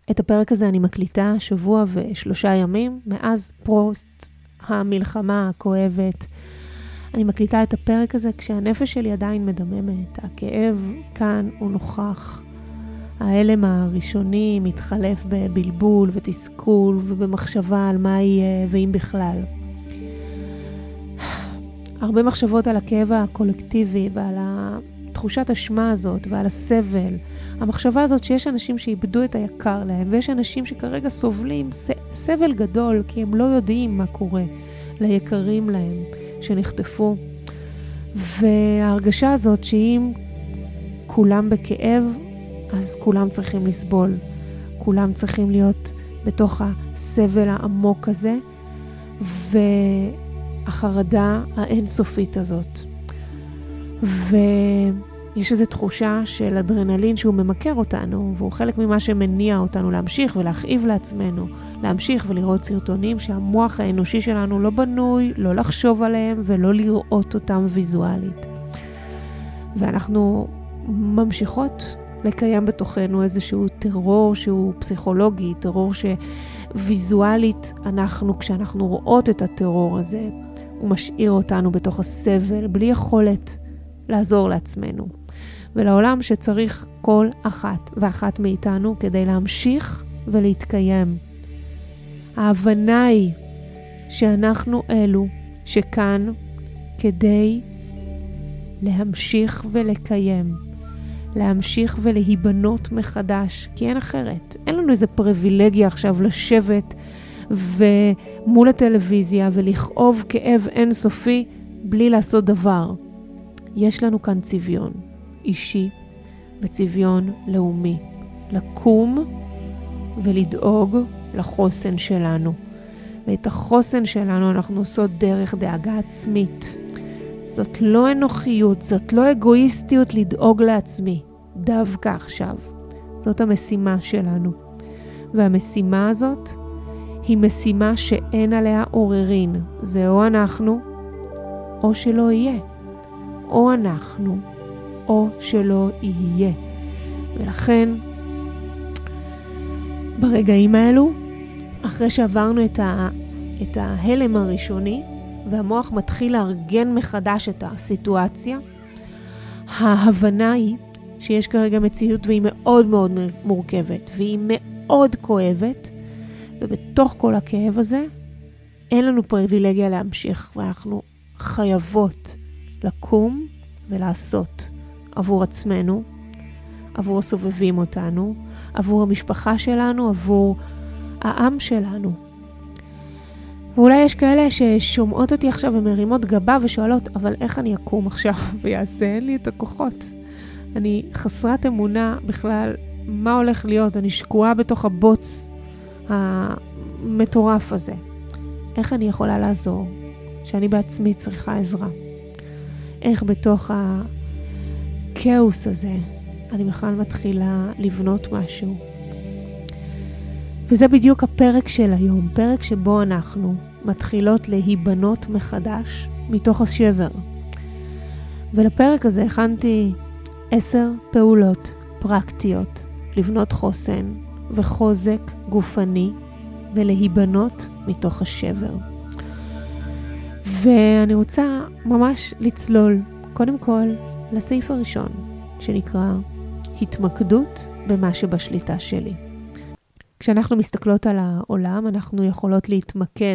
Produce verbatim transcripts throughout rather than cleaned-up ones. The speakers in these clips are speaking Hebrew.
את הפרק הזה אני מקליטה שבוע ושלושה ימים, מאז פרוסט המלחמה הכואבת. אני מקליטה את הפרק הזה כשהנפש שלי עדיין מדממת. הכאב כאן הוא נוכח. ההלם הראשוני מתחלף בבלבול ותסכול ובמחשבה על מה יהיה ואם בכלל. הרבה מחשבות על הכאב הקולקטיבי ועל תחושת אשמה הזאת ועל הסבל. המחשבה הזאת שיש אנשים שאיבדו את היקר להם, ויש אנשים שכרגע סובלים סבל גדול כי הם לא יודעים מה קורה ליקרים להם שנחטפו. וההרגשה הזאת שאם כולם בכאב, אז כולם צריכים לסבול. כולם צריכים להיות בתוך הסבל העמוק הזה, והחרדה האינסופית הזאת. ויש איזו תחושה של אדרנלין שהוא ממכר אותנו, והוא חלק ממה שמניע אותנו להמשיך ולהכאיב לעצמנו, להמשיך ולראות סרטונים שהמוח האנושי שלנו לא בנוי, לא לחשוב עליהם ולא לראות אותם ויזואלית. ואנחנו ממשיכות לקיים בתוכנו איזשהו טרור שהוא פסיכולוגי, טרור שוויזואלית אנחנו, כשאנחנו רואות את הטרור הזה, הוא משאיר אותנו בתוך הסבל, בלי יכולת לעזור לעצמנו. ולעולם שצריך כל אחת ואחת מאיתנו כדי להמשיך ולהתקיים. ההבנה היא שאנחנו אלו שכאן כדי להמשיך ולקיים. להמשיך ולהיבנות מחדש, כי אין אחרת. אין לנו איזה פריבילגיה עכשיו לשבת ומול הטלוויזיה ולכאוב כאב אינסופי בלי לעשות דבר. יש לנו כאן צביון אישי וצביון לאומי. לקום ולדאוג לחוסן שלנו. ואת החוסן שלנו אנחנו עושות דרך דאגה עצמית. זאת לא אנוכיות, זאת לא אגואיסטיות לדאוג לעצמי, דווקא עכשיו. זאת המשימה שלנו. והמשימה הזאת היא משימה שאין עליה עוררין. זה או אנחנו, או שלא יהיה. או אנחנו, או שלא יהיה. ולכן, ברגעים האלו, אחרי שעברנו את, ה, את ההלם הראשוני, והמוח מתחיל לארגן מחדש את הסיטואציה, ההבנה היא שיש כרגע מציאות והיא מאוד מאוד מורכבת, והיא מאוד כואבת, ובתוך כל הכאב הזה, אין לנו פריבילגיה להמשיך, ואנחנו חייבות לקום ולעשות עבור עצמנו, עבור הסובבים אותנו, עבור המשפחה שלנו, עבור העם שלנו. ואולי יש כאלה ששומעות אותי עכשיו ומרימות גבה ושואלות, אבל איך אני אקום עכשיו ויעשה? אין לי את הכוחות. אני חסרת אמונה בכלל, מה הולך להיות? אני שקועה בתוך הבוץ המטורף הזה. איך אני יכולה לעזור? שאני בעצמי צריכה עזרה. איך בתוך הכאוס הזה אני בכלל מתחילה לבנות משהו. וזה בדיוק הפרק של היום, פרק שבו אנחנו מתחילות להיבנות מחדש מתוך השבר. ולפרק הזה הכנתי עשר פעולות פרקטיות לבנות חוסן וחוזק גופני ולהיבנות מתוך השבר. ואני רוצה ממש לצלול קודם כל לסעיף הראשון שנקרא התמקדות במה שבשליטה שלי. כשאנחנו מסתכלות על העולם, אנחנו יכולות להתמקד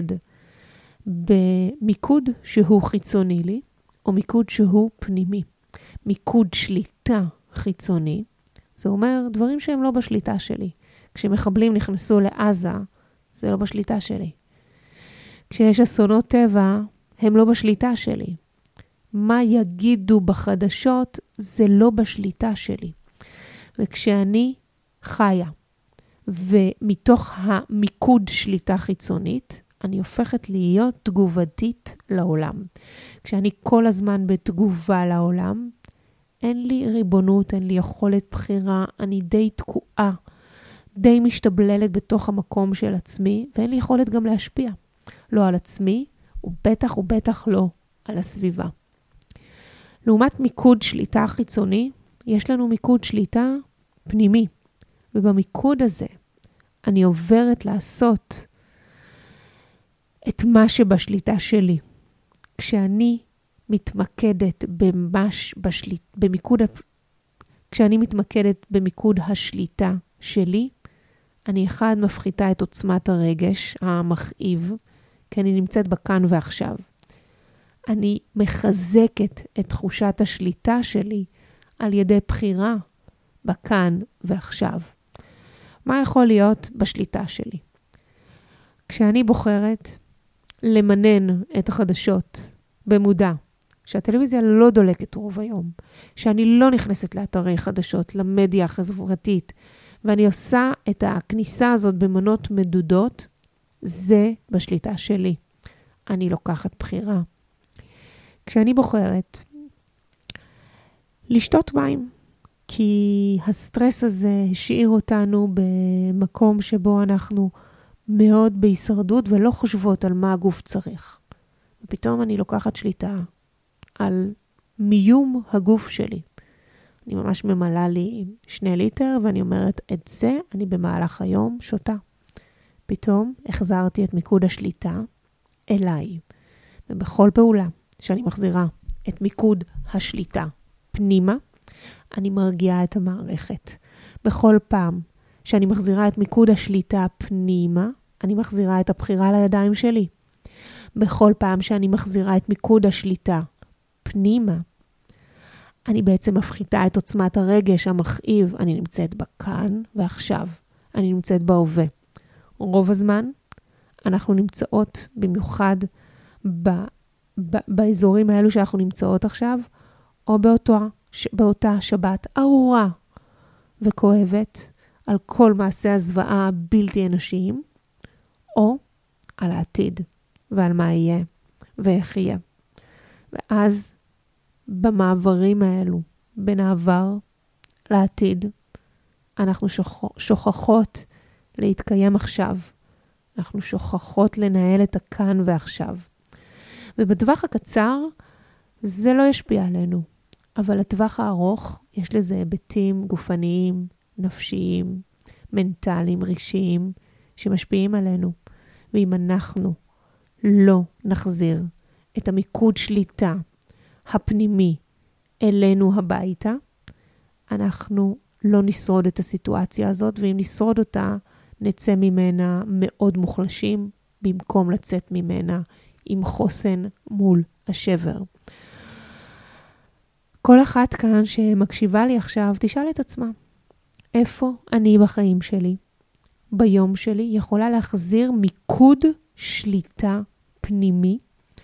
במיקוד שהוא חיצוני לי, או מיקוד שהוא פנימי. מיקוד שליטה חיצוני, זה אומר דברים שהם לא בשליטה שלי. כשמחבלים נכנסו לעזה, זה לא בשליטה שלי. כשיש אסונות טבע, הם לא בשליטה שלי. מה יגידו בחדשות, זה לא בשליטה שלי. וכשאני חיה, ומתוך המיקוד שליטה חיצונית, אני הופכת להיות תגובתית לעולם. כשאני כל הזמן בתגובה לעולם, אין לי ריבונות, אין לי יכולת בחירה, אני די תקועה, די משתבללת בתוך המקום של עצמי, ואין לי יכולת גם להשפיע. לא על עצמי, ובטח ובטח לא על הסביבה. לעומת מיקוד שליטה חיצוני, יש לנו מיקוד שליטה פנימי. ובמיקוד הזה, אני עוברת לעשות את מה שבשליטה שלי. כשאני מתמקדת במש, בשליט, במיקוד, כשאני מתמקדת במיקוד השליטה שלי, אני אחד מפחיתה את עוצמת הרגש המכאיב, כי אני נמצאת בכאן ועכשיו. אני מחזקת את תחושת השליטה שלי על ידי בחירה בכאן ועכשיו. מה יכול להיות בשליטה שלי? כשאני בוחרת למנן את החדשות במודע, שהטלוויזיה לא דולקת רוב היום, שאני לא נכנסת לאתרי חדשות, למדיה החברתית, ואני עושה את הכניסה הזאת במנות מדודות, זה בשליטה שלי. אני לוקחת בחירה. כשאני בוחרת לשתות מים, כי הסטרס הזה השאיר אותנו במקום שבו אנחנו מאוד בהישרדות ולא חושבות על מה הגוף צריך. ופתאום אני לוקחת שליטה על מיום הגוף שלי. אני ממש ממלאה לי שני ליטר ואני אומרת את זה אני במהלך היום שותה. פתאום החזרתי את מיקוד השליטה אליי. ובכל פעולה שאני מחזירה את מיקוד השליטה פנימה, אני מרגיעה את המערכת. בכל פעם שאני מחזירה את מיקוד השליטה פנימה, אני מחזירה את הבחירה לידיים שלי. בכל פעם שאני מחזירה את מיקוד השליטה פנימה, אני בעצם מפחיתה את עוצמת הרגש המכאיב. אני נמצאת בכאן ועכשיו. אני נמצאת בהווה. רוב הזמן אנחנו נמצאות במיוחד ב, ב, באזורים האלו שאנחנו נמצאות עכשיו, או באותו, באותה שבת ארורה וכואבת על כל מעשי הזוועה הבלתי אנושיים, או על העתיד ועל מה יהיה ואיך יהיה. ואז במעברים האלו, בין העבר לעתיד, אנחנו שוכחות להתקיים עכשיו. אנחנו שוכחות לנהל את הכאן ועכשיו. ובטווח הקצר, זה לא ישפיע עלינו. אבל לטווח הארוך, יש לזה היבטים גופניים, נפשיים, מנטליים, רגשיים, שמשפיעים עלינו. ואם אנחנו לא נחזיר את המיקוד שליטה הפנימי אלינו הביתה, אנחנו לא נשרוד את הסיטואציה הזאת, ואם נשרוד אותה, נצא ממנה מאוד מוחלשים, במקום לצאת ממנה עם חוסן מול השבר. כל אחת כאן שמקשיבה לי עכשיו, תשאל את עצמה, איפה אני בחיים שלי, ביום שלי, יכולה להחזיר מיקוד שליטה פנימי,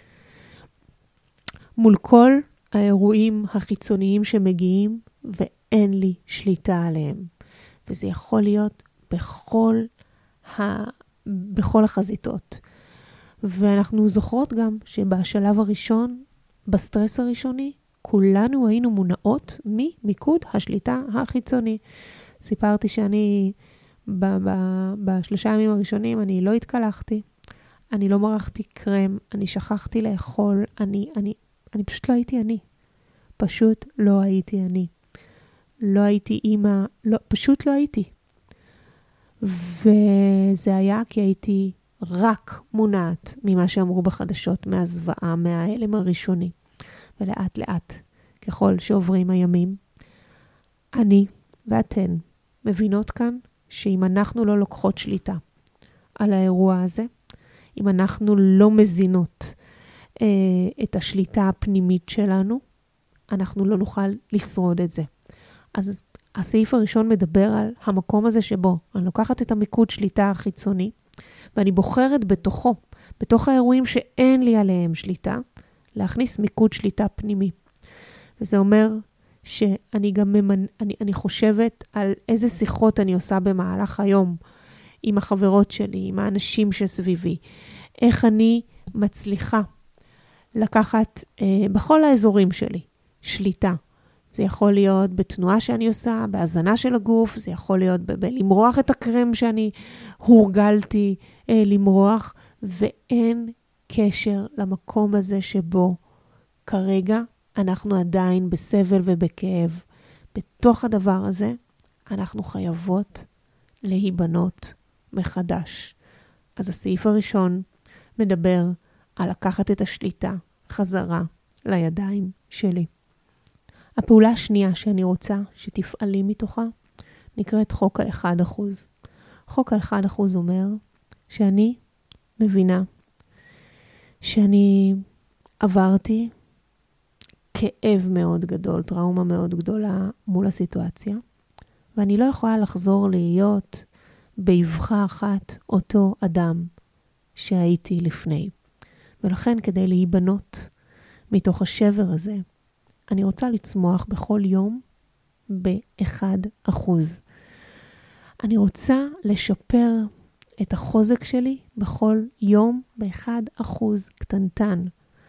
מול כל האירועים החיצוניים שמגיעים, ואין לי שליטה עליהם. וזה יכול להיות בכל, ה... בכל החזיתות. ואנחנו זוכרות גם שבשלב הראשון, בסטרס הראשוני, כולנו היינו מונעות ממיקוד השליטה החיצוני. סיפרתי שאני ב- ב- בשלושה ימים הראשונים אני לא התקלחתי, אני לא מרחתי קרם, אני שכחתי לאכול, אני, אני, אני פשוט לא הייתי אני. פשוט לא הייתי אני. לא הייתי אימא, לא, פשוט לא הייתי. וזה היה כי הייתי רק מונעת ממה שאמרו בחדשות, מהזוועה, מההלם הראשוני. ולאט לאט, ככל שעוברים הימים, אני ואתן מבינות כאן שאם אנחנו לא לוקחות שליטה על האירוע הזה, אם אנחנו לא מזינות אה, את השליטה הפנימית שלנו, אנחנו לא נוכל לשרוד את זה. אז הסעיף הראשון מדבר על המקום הזה שבו אני לוקחת את המיקוד שליטה החיצוני, ואני בוחרת בתוכו, בתוך האירועים שאין לי עליהם שליטה, להכניס מיקוד שליטה פנימי. וזה אומר שאני גם ממנ... אני, אני חושבת על איזה שיחות אני עושה במהלך היום, עם החברות שלי, עם האנשים שסביבי, איך אני מצליחה לקחת אה, בכל האזורים שלי שליטה. זה יכול להיות בתנועה שאני עושה, בהזנה של הגוף, זה יכול להיות ב- בלמרוח את הקרם שאני הורגלתי אה, למרוח, ואין קשר למקום הזה שבו כרגע אנחנו עדיין בסבל ובכאב. בתוך הדבר הזה אנחנו חייבות להיבנות מחדש. אז הסעיף הראשון מדבר על לקחת את השליטה חזרה לידיים שלי. הפעולה השנייה שאני רוצה שתפעלי מתוכה נקראת חוק האחד אחוז. חוק האחד אחוז אומר שאני מבינה שאני עברתי כאב מאוד גדול, טראומה מאוד גדולה מול הסיטואציה, ואני לא יכולה לחזור להיות באבחה אחת אותו אדם שהייתי לפני. ולכן כדי להיבנות מתוך השבר הזה, אני רוצה לצמוח בכל יום באחד אחוז. אני רוצה לשפר את החוזק שלי בכל יום באחד אחוז קטנטן.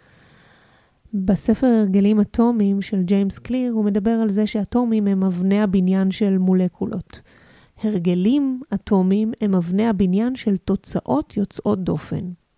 בספר הרגלים אטומיים של ג'יימס קליר, הוא מדבר על זה שאטומים הם אבני הבניין של מולקולות. הרגלים אטומיים הם אבני הבניין של תוצאות יוצאות דופן.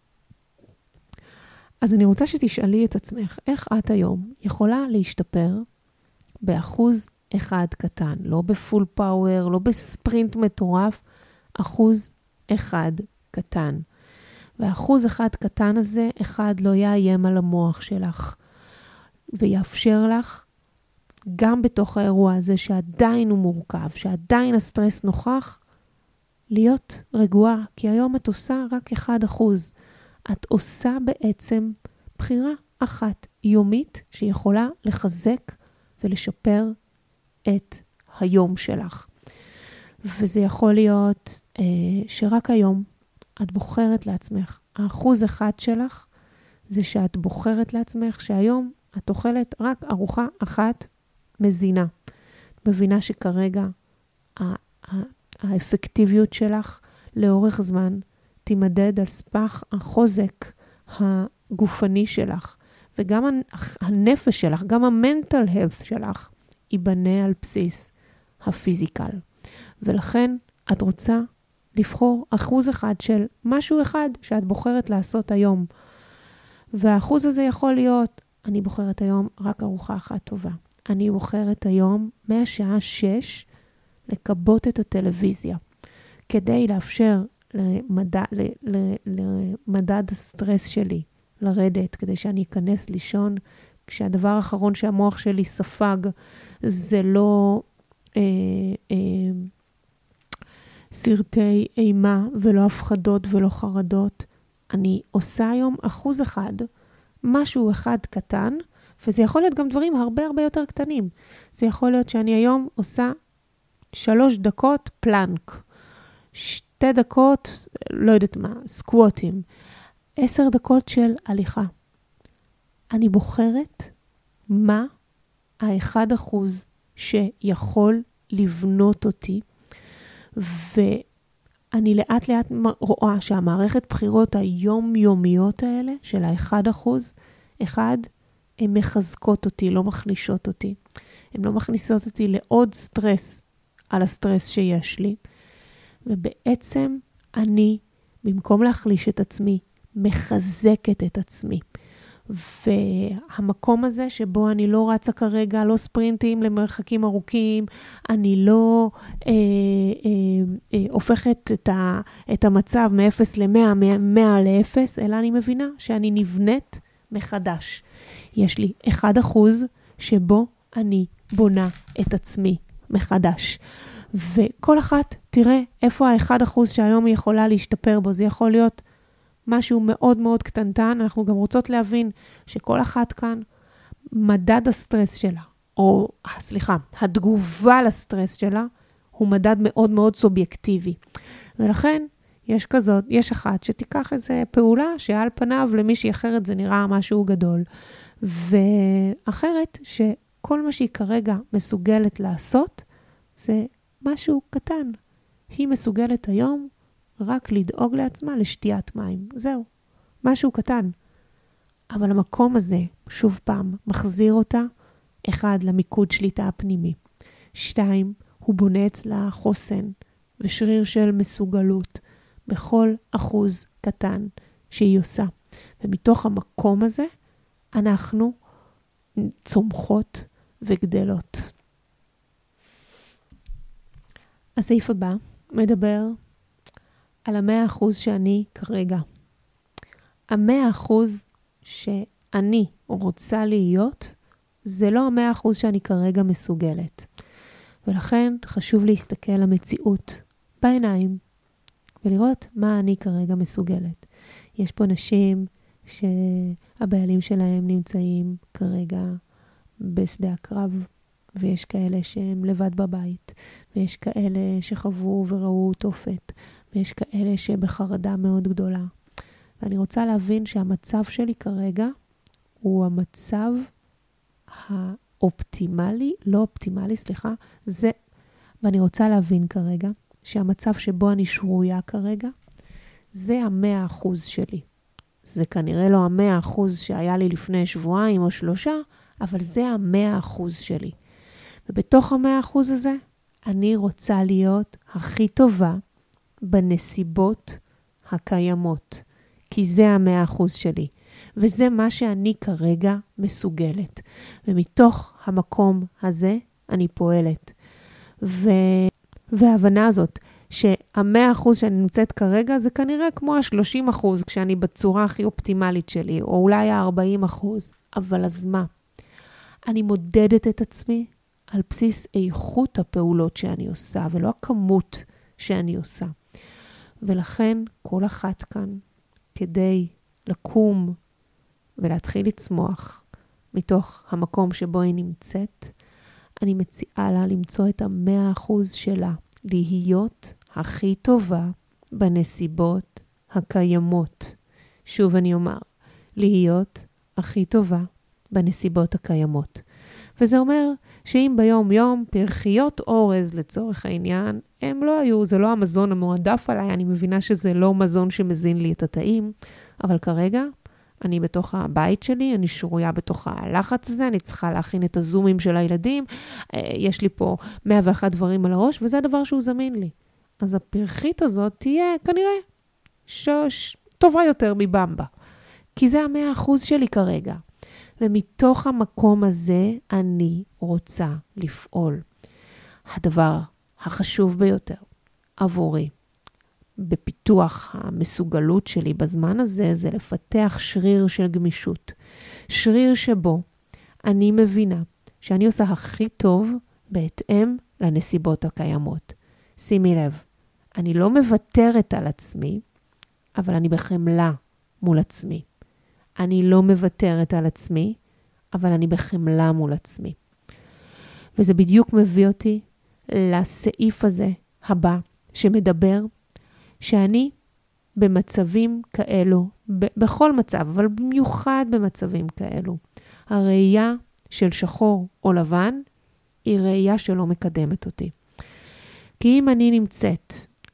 אז אני רוצה שתשאלי את עצמך, איך את היום יכולה להשתפר באחוז אחד קטן, לא בפול פאוור, לא בספרינט מטורף, אחוז אחד קטן. והאחוז אחד קטן הזה, אחד לא יאיים על המוח שלך, ויאפשר לך, גם בתוך האירוע הזה שעדיין הוא מורכב, שעדיין הסטרס נוכח, להיות רגועה, כי היום את עושה רק אחד אחוז. את עושה בעצם בחירה אחת יומית שיכולה לחזק ולשפר את היום שלך. וזה יכול להיות אה, שרק היום את בוחרת לעצמך. האחוז אחד שלך זה שאת בוחרת לעצמך שהיום את אוכלת רק ארוחה אחת מזינה. את מבינה שכרגע האפקטיביות שלך לאורך זמן תימדד על ספח החוזק הגופני שלך, וגם הנפש שלך, גם המנטל הלת' שלך, ייבנה על בסיס הפיזיקל. ולכן את רוצה לבחור אחוז אחד של משהו אחד שאת בוחרת לעשות היום. והאחוז הזה יכול להיות, אני בוחרת היום רק ארוחה אחת טובה. אני בוחרת היום מהשעה שש לקבות את הטלוויזיה, כדי לאפשר למדע, למדד הסטרס שלי לרדת, כדי שאני אכנס לישון, כשהדבר האחרון שהמוח שלי ספג, זה לא אה, אה, סרטי אימה ולא הפחדות ולא חרדות. אני עושה היום אחוז אחד, משהו אחד קטן, וזה יכול להיות גם דברים הרבה הרבה יותר קטנים. זה יכול להיות שאני היום עושה שלוש דקות פלנק, שתי דקות, לא יודעת מה, סקווטים, עשר דקות של הליכה. אני בוחרת מה האחד אחוז שיכול לבנות אותי, ואני לאט לאט רואה שהמערכת בחירות היומיומיות האלה של האחד אחוז, אחד, הן מחזקות אותי, לא מחלישות אותי. הן לא מכניסות אותי לעוד סטרס על הסטרס שיש לי. ובעצם אני, במקום להחליש את עצמי, מחזקת את עצמי. והמקום הזה שבו אני לא רצה כרגע, לא ספרינטים למרחקים ארוכים, אני לא אה, אה, אה, הופכת את, ה, את המצב מ-אפס ל-מאה, מ-מאה ל-אפס, אלא אני מבינה שאני נבנית מחדש. יש לי אחד אחוז שבו אני בונה את עצמי מחדש. וכל אחת תראה איפה האחד אחוז שהיום היא יכולה להשתפר בו. זה יכול להיות משהו מאוד מאוד קטנטן. אנחנו גם רוצות להבין שכל אחת כאן, מדד הסטרס שלה, או סליחה, התגובה לסטרס שלה, הוא מדד מאוד מאוד סובייקטיבי. ולכן יש כזאת, יש אחת שתיקח איזה פעולה שעל פניו למישהי אחרת זה נראה משהו גדול. ואחרת שכל מה שהיא כרגע מסוגלת לעשות, זה משהו קטן. היא מסוגלת היום רק לדאוג לעצמה לשתיית מים. זהו, משהו קטן. אבל המקום הזה, שוב פעם, מחזיר אותה, אחד, למיקוד שליטה הפנימי. שתיים, הוא בונה אצלה חוסן ושריר של מסוגלות בכל אחוז קטן שהיא עושה. ומתוך המקום הזה, אנחנו צומחות וגדלות. הסעיף הבא מדבר על המאה אחוז שאני כרגע. המאה אחוז שאני רוצה להיות, זה לא המאה אחוז שאני כרגע מסוגלת. ולכן חשוב להסתכל למציאות בעיניים, ולראות מה אני כרגע מסוגלת. יש פה נשים שהבעלים שלהם נמצאים כרגע בשדה הקרב, ויש כאלה שהם לבד בבית, ויש כאלה שחוו וראו תופת, ויש כאלה שבחרדה מאוד גדולה. ואני רוצה להבין שהמצב שלי כרגע הוא המצב האופטימלי, לא אופטימלי, סליחה, זה, ואני רוצה להבין כרגע שהמצב שבו אני שרויה כרגע, זה המאה אחוז שלי. זה כנראה לא המאה אחוז שהיה לי לפני שבועיים או שלושה, אבל זה המאה אחוז שלי. ובתוך המאה אחוז הזה, אני רוצה להיות הכי טובה בנסיבות הקיימות. כי זה המאה אחוז שלי. וזה מה שאני כרגע מסוגלת. ומתוך המקום הזה, אני פועלת. ו... וההבנה הזאת, שהמאה אחוז שאני נמצאת כרגע, זה כנראה כמו ה-שלושים אחוז, כשאני בצורה הכי אופטימלית שלי, או אולי ה-ארבעים אחוז. אבל אז מה? אני מודדת את עצמי על בסיס איכות הפעולות שאני עושה, ולא הכמות שאני עושה. ולכן כל אחת כאן, כדי לקום ולהתחיל לצמוח מתוך המקום שבו היא נמצאת, אני מציעה לה למצוא את המאה אחוז שלה, להיות הכי טובה בנסיבות הקיימות. שוב אני אומר, להיות הכי טובה בנסיבות הקיימות. וזה אומר שאם ביום יום פרחיות אורז לצורך העניין, הם לא היו, זה לא המזון המועדף עליי, אני מבינה שזה לא מזון שמזין לי את התאים, אבל כרגע אני בתוך הבית שלי, אני שרויה בתוך הלחץ הזה, אני צריכה להכין את הזומים של הילדים, יש לי פה מאה ואחת דברים על הראש, וזה הדבר שהוא זמין לי. אז הפרחית הזאת תהיה כנראה ש... טובה יותר מבמבה, כי זה המאה אחוז שלי כרגע. ומתוך המקום הזה אני רוצה לפעול. הדבר החשוב ביותר עבורי בפיתוח המסוגלות שלי בזמן הזה, זה לפתח שריר של גמישות. שריר שבו אני מבינה שאני עושה הכי טוב בהתאם לנסיבות הקיימות. שימי לב, אני לא מוותרת על עצמי, אבל אני בחמלה מול עצמי. אני לא מוותרת על עצמי, אבל אני בחמלה מול עצמי. וזה בדיוק מביא אותי לסעיף הזה הבא, שמדבר שאני במצבים כאלו, ב- בכל מצב, אבל במיוחד במצבים כאלו, הראייה של שחור או לבן היא ראייה שלא מקדמת אותי. כי אם אני נמצאת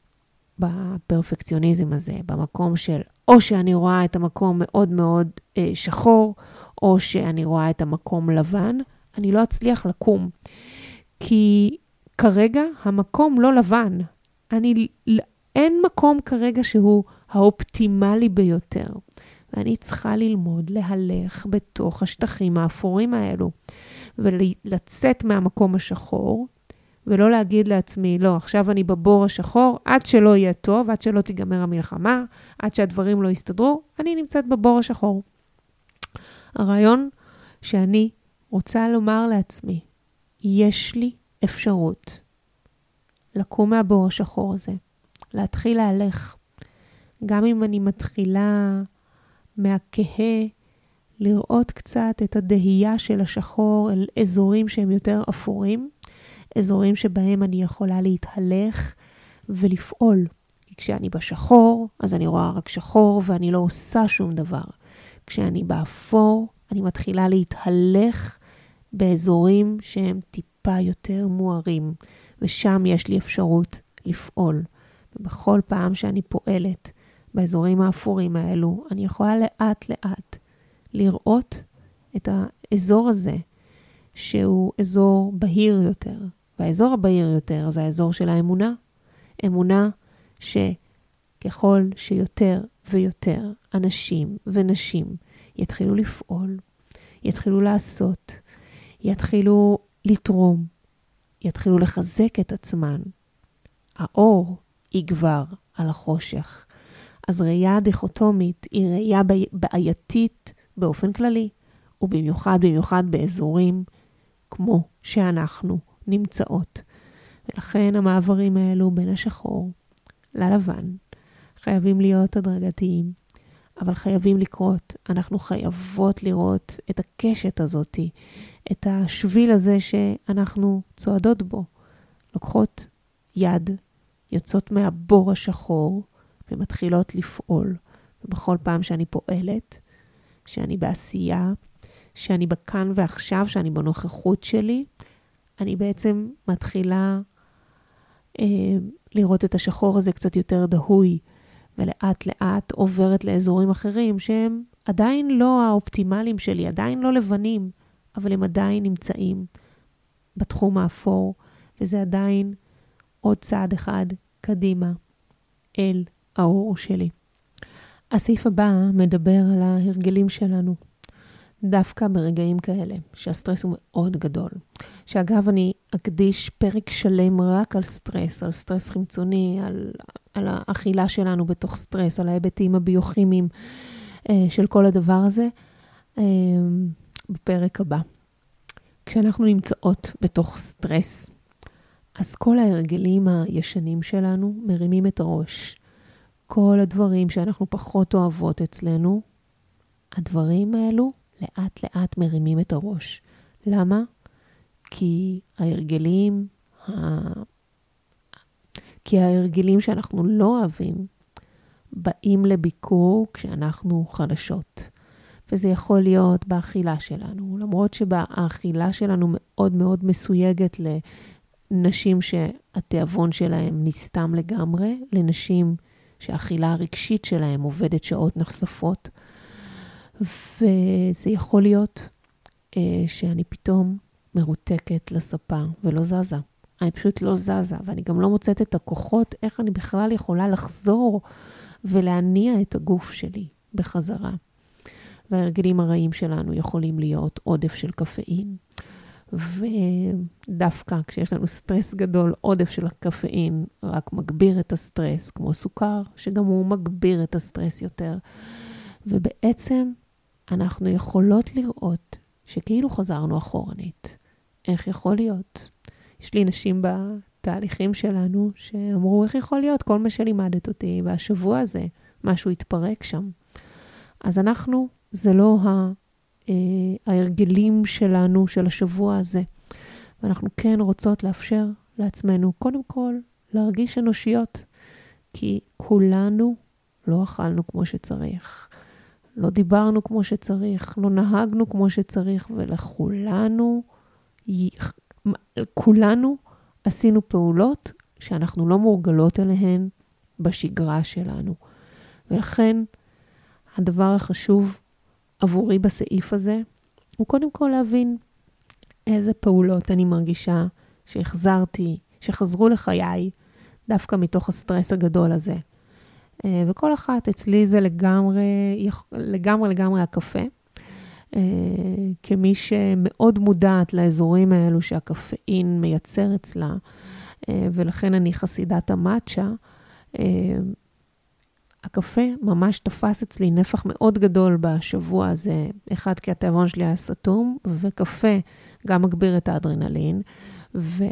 בפרפקציוניזם הזה, במקום של או שאני רואה את המקום מאוד מאוד אה, שחור, או שאני רואה את המקום לבן, אני לא אצליח לקום. כי כרגע המקום לא לבן. אני, אין מקום כרגע שהוא האופטימלי ביותר. ואני צריכה ללמוד להלך בתוך השטחים האפורים האלו. ולצאת מהמקום השחור, ולא להגיד לעצמי, לא, עכשיו אני בבור השחור, עד שלא יהיה טוב, עד שלא תיגמר המלחמה, עד שהדברים לא יסתדרו, אני נמצאת בבור השחור. הרעיון שאני רוצה לומר לעצמי, יש לי אפשרות לקום מהבור השחור הזה, להתחיל להלך, גם אם אני מתחילה מהכהה, לראות קצת את הדהייה של השחור אל אזורים שהם יותר אפורים, אזורים שבהם אני יכולה להתהלך ולפעול. כי כשאני בשחור, אז אני רואה רק שחור ואני לא עושה שום דבר. כשאני באפור, אני מתחילה להתהלך באזורים שהם טיפה יותר מוארים, ושם יש לי אפשרות לפעול. ובכל פעם שאני פועלת באזורים האפורים האלו, אני יכולה לאט לאט לראות את האזור הזה, שהוא אזור בהיר יותר. והאזור הבהיר יותר זה האזור של האמונה. אמונה שככל שיותר ויותר אנשים ונשים יתחילו לפעול, יתחילו לעשות, יתחילו לתרום, יתחילו לחזק את עצמן, האור יגבר על החושך. אז ראייה דיכוטומית היא ראייה בעייתית באופן כללי, ובמיוחד במיוחד באזורים כמו שאנחנו נמצאות. ולכן המעברים האלו בין השחור ללבן חייבים להיות הדרגתיים, אבל חייבים לקרות. אנחנו חייבות לראות את הקשת הזאת, את השביל הזה שאנחנו צועדות בו. לוקחות יד, יוצאות מהבור השחור ומתחילות לפעול. ובכל פעם שאני פועלת, שאני בעשייה, שאני בכאן ועכשיו, שאני בנוכחות שלי, אני בעצם מתחילה אה, לראות את השחור הזה קצת יותר דהוי, ולאט לאט עוברת לאזורים אחרים שהם עדיין לא האופטימליים שלי, עדיין לא לבנים, אבל הם עדיין נמצאים בתחום האפור, וזה עדיין עוד צעד אחד קדימה אל האור שלי. הסעיף הבא מדבר על ההרגלים שלנו, דווקא ברגעים כאלה, שהסטרס הוא מאוד גדול. שאגב, אני אקדיש פרק שלם רק על סטרס, על סטרס חימצוני, על, על האכילה שלנו בתוך סטרס, על ההיבטים הביוכימיים אה, של כל הדבר הזה, אה, בפרק הבא. כשאנחנו נמצאות בתוך סטרס, אז כל ההרגלים הישנים שלנו מרימים את הראש. כל הדברים שאנחנו פחות אוהבות אצלנו, הדברים האלו לאט לאט מרימים את הראש. למה? כי ההרגלים, ה... כי ההרגלים שאנחנו לא אוהבים, באים לביקור כשאנחנו חלשות. וזה יכול להיות באכילה שלנו, למרות שבאכילה שלנו מאוד מאוד מסויגת לנשים שהתיאבון שלהם נסתם לגמרי, לנשים שהאכילה הרגשית שלהם עובדת שעות נחשפות, וזה יכול להיות אה, שאני פתאום מרותקת לספה ולא זזה. אני פשוט לא זזה, ואני גם לא מוצאת את הכוחות איך אני בכלל יכולה לחזור ולהניע את הגוף שלי בחזרה. וההרגלים הרעים שלנו יכולים להיות עודף של קפאין, ודווקא כשיש לנו סטרס גדול, עודף של הקפאין רק מגביר את הסטרס, כמו סוכר, שגם הוא מגביר את הסטרס יותר. ובעצם אנחנו יכולות לראות שכאילו חזרנו אחורנית. איך יכול להיות? יש לי נשים בתהליכים שלנו שאמרו, איך יכול להיות? כל מה שלימדת אותי, והשבוע הזה משהו התפרק שם. אז אנחנו, זה לא ה, אה, ההרגלים שלנו של השבוע הזה. ואנחנו כן רוצות לאפשר לעצמנו, קודם כל, להרגיש אנושיות. כי כולנו לא אכלנו כמו שצריך. לא דיברנו כמו שצריך, לא נהגנו כמו שצריך, ולכולנו, כולנו עשינו פעולות שאנחנו לא מורגלות אליהן בשגרה שלנו. ולכן, הדבר החשוב עבורי בסעיף הזה, הוא קודם כל להבין איזה פעולות אני מרגישה שהחזרתי, שחזרו לחיי, דווקא מתוך הסטרס הגדול הזה. וכל אחת אצלי זה לגמרי, לגמרי לגמרי הקפה. כמי שמאוד מודעת לאזורים האלו שהקפאין מייצר אצלה, ולכן אני חסידת המאצ'ה, הקפה ממש תפס אצלי נפח מאוד גדול בשבוע הזה. אחד, כי התיאבון שלי היה סתום, וקפה גם מגביר את האדרנלין, ו,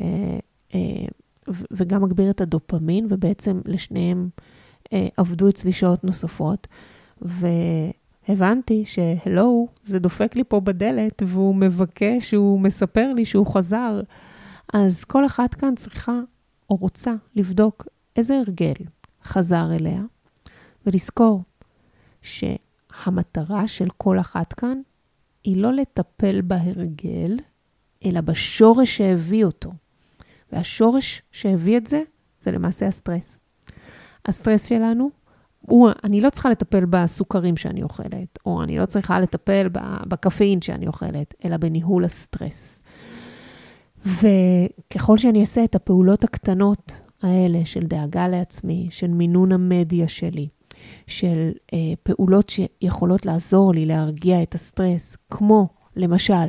וגם מגביר את הדופמין, ובעצם לשניהם עבדו אצלי שעות נוספות, והבנתי שהלו, זה דופק לי פה בדלת, והוא מבקש, הוא מספר לי שהוא חזר. אז כל אחת כאן צריכה או רוצה לבדוק איזה הרגל חזר אליה, ולזכור שהמטרה של כל אחת כאן היא לא לטפל בהרגל, אלא בשורש שהביא אותו. והשורש שהביא את זה, זה למעשה הסטרס. הסטרס שלנו, הוא, אני לא צריכה לטפל בסוכרים שאני אוכלת, או אני לא צריכה לטפל בקפאין שאני אוכלת, אלא בניהול הסטרס. וככל שאני אעשה את הפעולות הקטנות האלה של דאגה לעצמי, של מינון המדיה שלי, של אה, פעולות שיכולות לעזור לי להרגיע את הסטרס, כמו למשל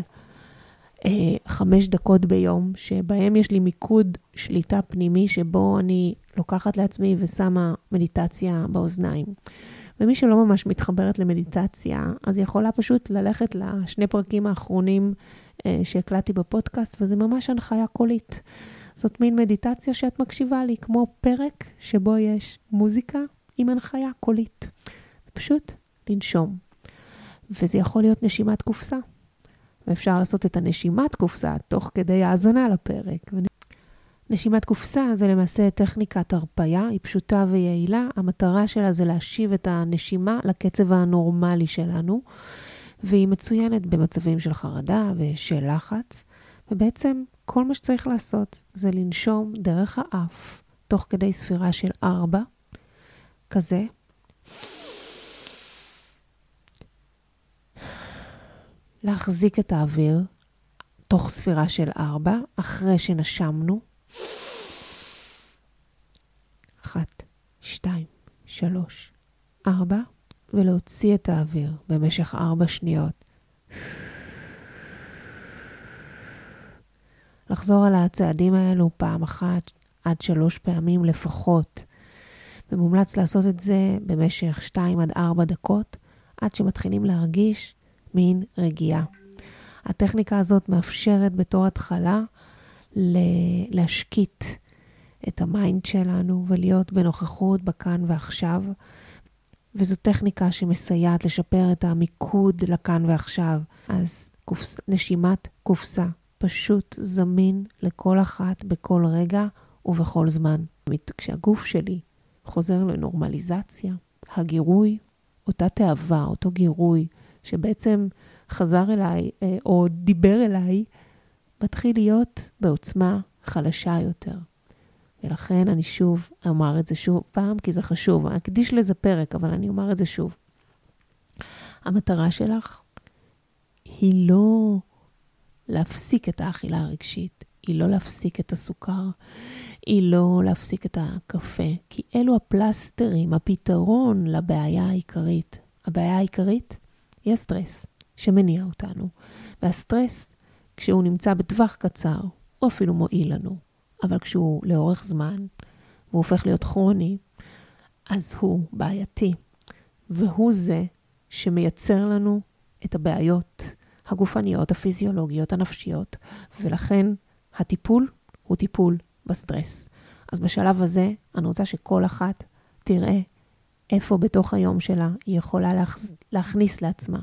אה, חמש דקות ביום, שבהם יש לי מיקוד שליטה פנימי, שבו אני לוקחת לעצמי ושמה מדיטציה באוזניים. ומי שלא ממש מתחברת למדיטציה, אז היא יכולה פשוט ללכת לשני פרקים האחרונים אה, שהקלטתי בפודקאסט, וזה ממש הנחיה קולית. זאת מין מדיטציה שאת מקשיבה לי, כמו פרק שבו יש מוזיקה עם הנחיה קולית. פשוט לנשום. וזה יכול להיות נשימת קופסה. ואפשר לעשות את הנשימת קופסה תוך כדי האזנה לפרק. נשימת קופסה זה למעשה טכניקת הרפיה, היא פשוטה ויעילה. המטרה שלה זה להשיב את הנשימה לקצב הנורמלי שלנו, והיא מצוינת במצבים של חרדה ושל לחץ. ובעצם כל מה שצריך לעשות זה לנשום דרך האף, תוך כדי ספירה של ארבע, כזה. להחזיק את האוויר תוך ספירה של ארבע, אחרי שנשמנו. אחת, שתיים, שלוש, ארבע, ולהוציא את האוויר במשך ארבע שניות. לחזור על הצעדים האלו פעם אחת עד שלוש פעמים לפחות. ומומלץ לעשות את זה במשך שתיים עד ארבע דקות, עד שמתחילים להרגיש מין רגיעה. הטכניקה הזאת מאפשרת בתור התחלה להשקיט את המיינד שלנו ולהיות בנוכחות בכאן ועכשיו. וזו טכניקה שמסייעת לשפר את המיקוד לכאן ועכשיו. אז קופס, נשימת קופסה, פשוט זמין לכל אחת בכל רגע ובכל זמן. כשהגוף שלי חוזר לנורמליזציה, הגירוי, אותה תאווה, אותו גירוי שבעצם חזר אליי או דיבר אליי, מתחיל להיות בעוצמה חלשה יותר. ולכן אני שוב אומר את זה שוב פעם, כי זה חשוב. אני אקדיש לזה פרק, אבל אני אומר את זה שוב. המטרה שלך היא לא להפסיק את האכילה הרגשית, היא לא להפסיק את הסוכר, היא לא להפסיק את הקפה, כי אלו הפלסטרים, הפתרון לבעיה העיקרית. הבעיה העיקרית היא הסטרס שמניע אותנו. והסטרס, כשהוא נמצא בטווח קצר, הוא אפילו מועיל לנו. אבל כשהוא לאורך זמן, והוא הופך להיות כרוני, אז הוא בעייתי. והוא זה שמייצר לנו את הבעיות הגופניות, הפיזיולוגיות, הנפשיות. ולכן הטיפול הוא טיפול בסטרס. אז בשלב הזה אני רוצה שכל אחת תראה איפה בתוך היום שלה היא יכולה להכ... להכניס לעצמה.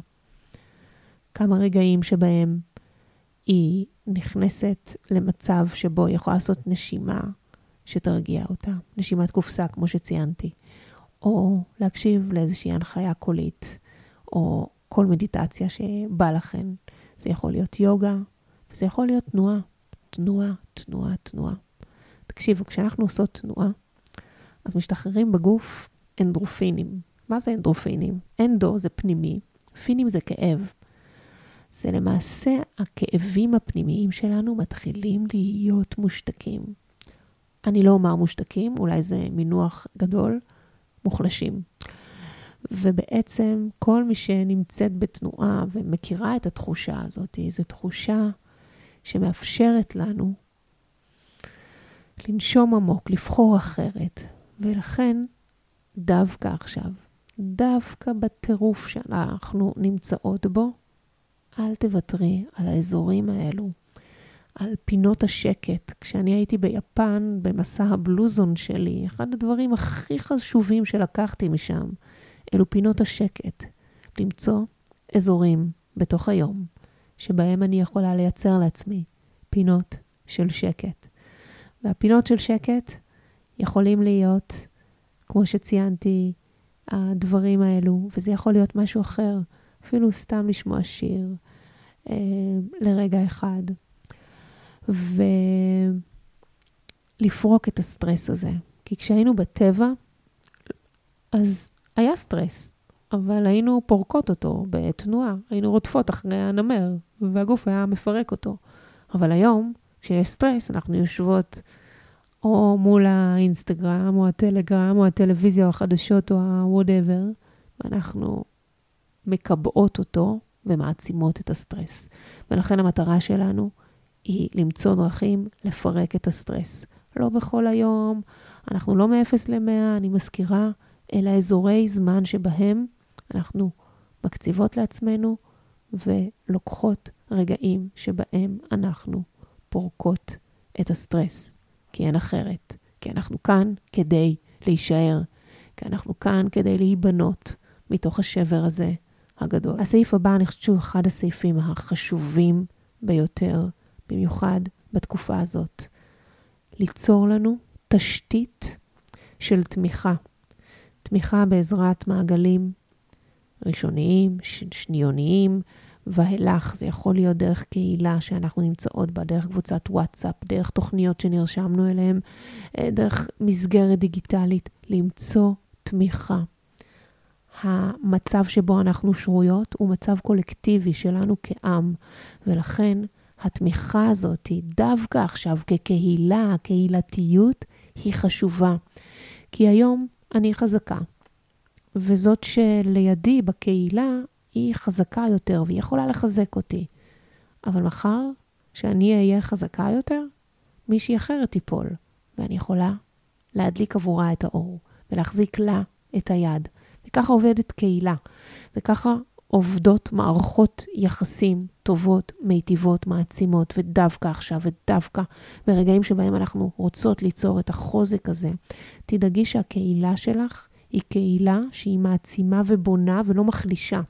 כמה רגעים שבהם היא נכנסת למצב שבו היא יכולה לעשות נשימה שתרגיע אותה. נשימת קופסה, כמו שציינתי. או להקשיב לאיזושהי הנחיה קולית, או כל מדיטציה שבא לכן. זה יכול להיות יוגה, וזה יכול להיות תנועה. תנועה, תנועה, תנועה. תקשיבו, כשאנחנו עושות תנועה, אז משתחררים בגוף אנדרופינים. מה זה אנדרופינים? אנדו זה פנימי, פינים זה כאב. זה למעשה הכאבים הפנימיים שלנו מתחילים להיות מושתקים. אני לא אומר מושתקים, אולי זה מינוח גדול, מוחלשים. ובעצם כל מי שנמצאת בתנועה ומכירה את התחושה הזאת, זו תחושה שמאפשרת לנו לנשום עמוק, לבחור אחרת. ולכן דווקא עכשיו, דווקא בטירוף שאנחנו נמצאות בו, אל תוותרי על האזורים האלו, על פינות השקט. כשאני הייתי ביפן, במסע הבלוזון שלי, אחד הדברים הכי חשובים שלקחתי משם, אלו פינות השקט. למצוא אזורים בתוך היום, שבהם אני יכולה לייצר לעצמי פינות של שקט. והפינות של שקט יכולים להיות, כמו שציינתי, הדברים האלו, וזה יכול להיות משהו אחר, אפילו סתם לשמוע שיר אה, לרגע אחד, ולפרוק את הסטרס הזה. כי כשהיינו בטבע, אז היה סטרס, אבל היינו פורקות אותו בתנועה, היינו רודפות אחרי הנמר, והגוף היה מפרק אותו. אבל היום, כשיש סטרס, אנחנו יושבות או מול האינסטגרם, או הטלגרם, או הטלוויזיה, או החדשות, או ה-whatever, ואנחנו מקבעות אותו ומעצימות את הסטרס. ולכן המטרה שלנו היא למצוא דרכים לפרק את הסטרס. לא בכל היום אנחנו לא מאפס למאה, אני מזכירה, אלא אזורי זמן שבהם אנחנו מקציבות לעצמנו ולוקחות רגעים שבהם אנחנו פורקות את הסטרס. כי אין אחרת. כי אנחנו כאן כדי להישאר. כי אנחנו כאן כדי להיבנות מתוך השבר הזה הגדול. הסעיף הבא, אני חושבת שהוא אחד הסעיפים החשובים ביותר, במיוחד בתקופה הזאת. ליצור לנו תשתית של תמיכה. תמיכה בעזרת מעגלים ראשוניים, שניוניים, והלך, זה יכול להיות דרך קהילה שאנחנו נמצאות בה, דרך קבוצת וואטסאפ, דרך תוכניות שנרשמנו אליהן, דרך מסגרת דיגיטלית, למצוא תמיכה. המצב שבו אנחנו שרויות הוא מצב קולקטיבי שלנו כעם, ולכן התמיכה הזאת היא דווקא עכשיו כקהילה, קהילתיות, היא חשובה. כי היום אני חזקה, וזאת שלידי בקהילה היא חזקה יותר, והיא יכולה לחזק אותי. אבל מחר, שאני אהיה חזקה יותר, מישהי אחרת תיפול, ואני יכולה להדליק עבורה את האור, ולהחזיק לה את היד. וככה עובדת קהילה, וככה עובדות מערכות יחסים טובות, מיטיבות, מעצימות, ודווקא עכשיו, ודווקא ברגעים שבהם אנחנו רוצות ליצור את החוזק הזה, תדאגי שהקהילה שלך היא קהילה שהיא מעצימה ובונה ולא מחלישה.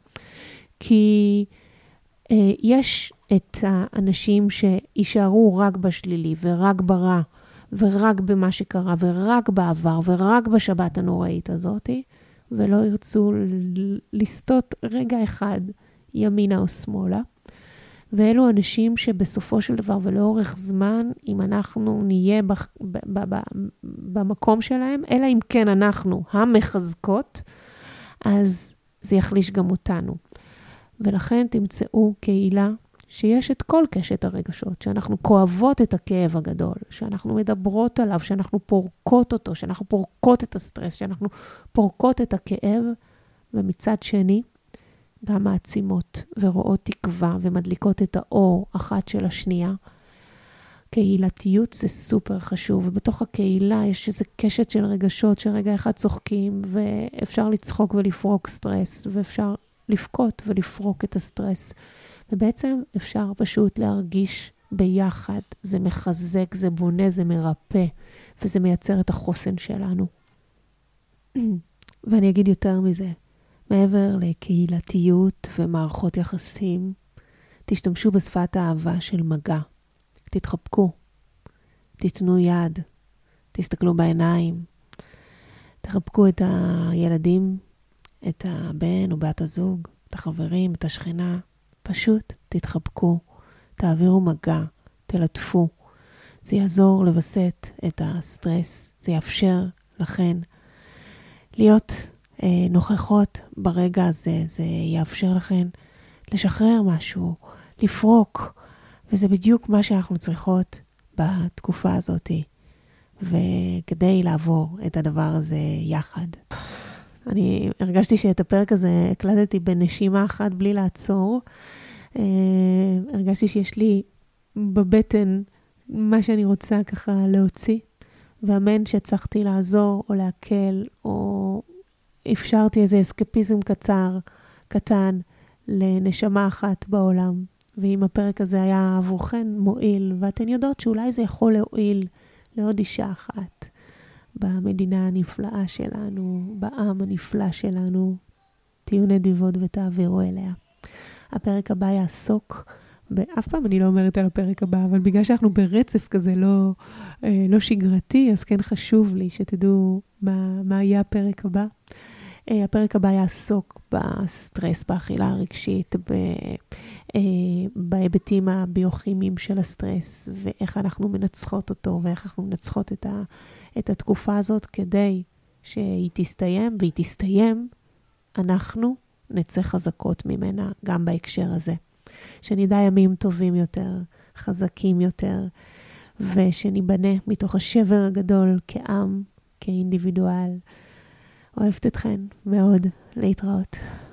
כי אה, יש את האנשים שישארו רק בשלילי ורק ברע, ורק במה שקרה, ורק בעבר, ורק בשבת הנוראית הזאת, ולא ירצו לסטות רגע אחד ימינה או שמאלה. ואלו אנשים שבסופו של דבר ולאורך זמן, אם אנחנו נהיה ב- ב- ב- ב- במקום שלהם, אלא אם כן אנחנו המחזקות, אז זה יחליש גם אותנו. ולכן תמצאו קהילה שיש את כל קשת הרגשות, שאנחנו כואבות את הכאב הגדול, שאנחנו מדברות עליו, שאנחנו פורקות אותו, שאנחנו פורקות את הסטרס, שאנחנו פורקות את הכאב, ומצד שני, גם מעצימות ורואות תקווה ומדליקות את האור אחת של השנייה. קהילתיות זה סופר חשוב, ובתוך הקהילה יש איזו קשת של רגשות שרגע אחד צוחקים, ואפשר לצחוק ולפרוק סטרס, ואפשר לפקות ולפרוק את הסטרס. ובעצם אפשר פשוט להרגיש ביחד, זה מחזק, זה בונה, זה מרפא, וזה מייצר את החוסן שלנו. ואני אגיד יותר מזה, מעבר לקהילתיות ומערכות יחסים, תשתמשו בשפת האהבה של מגע. תתחבקו, תתנו יד, תסתכלו בעיניים, תחבקו את הילדים, את הבן או בת הזוג, את החברים, את השכנה. פשוט תתחבקו, תעבירו מגע, תלטפו. זה יעזור לבסט את הסטרס, זה יאפשר לכן להיות אה, נוכחות ברגע הזה, זה יאפשר לכן לשחרר משהו, לפרוק, וזה בדיוק מה שאנחנו צריכות בתקופה הזאת, וכדי לעבור את הדבר הזה יחד. אני הרגשתי שאת הפרק הזה הקלטתי בנשימה אחת בלי לעצור. אה, הרגשתי שיש לי בבטן מה שאני רוצה ככה להוציא, ואמן שהצלחתי לעזור או להקל, או אפשרתי איזה אסקפיזם קצר, קטן, לנשמה אחת בעולם. ואם הפרק הזה היה עבורכן מועיל, ואתן יודעות שאולי זה יכול להועיל לעוד אישה אחת, במדינה הנפלאה שלנו, בעם הנפלא שלנו, תהיו נדיבות ותעבירו אליה. הפרק הבא יעסוק, באף פעם אני לא אומרת על הפרק הבא, אבל בגלל שאנחנו ברצף כזה לא, לא שגרתי, אז כן חשוב לי שתדעו מה, מה יהיה הפרק הבא. הפרק הבא יעסוק בסטרס, באכילה הרגשית, ב, בהיבטים הביוכימיים של הסטרס, ואיך אנחנו מנצחות אותו, ואיך אנחנו מנצחות את, ה, את התקופה הזאת, כדי שהיא תסתיים, והיא תסתיים, אנחנו נצא חזקות ממנה, גם בהקשר הזה. שנדע ימים טובים יותר, חזקים יותר, ושנבנה מתוך השבר הגדול כעם, כאינדיבידואל. אוהבת אתכן מאוד, להתראות.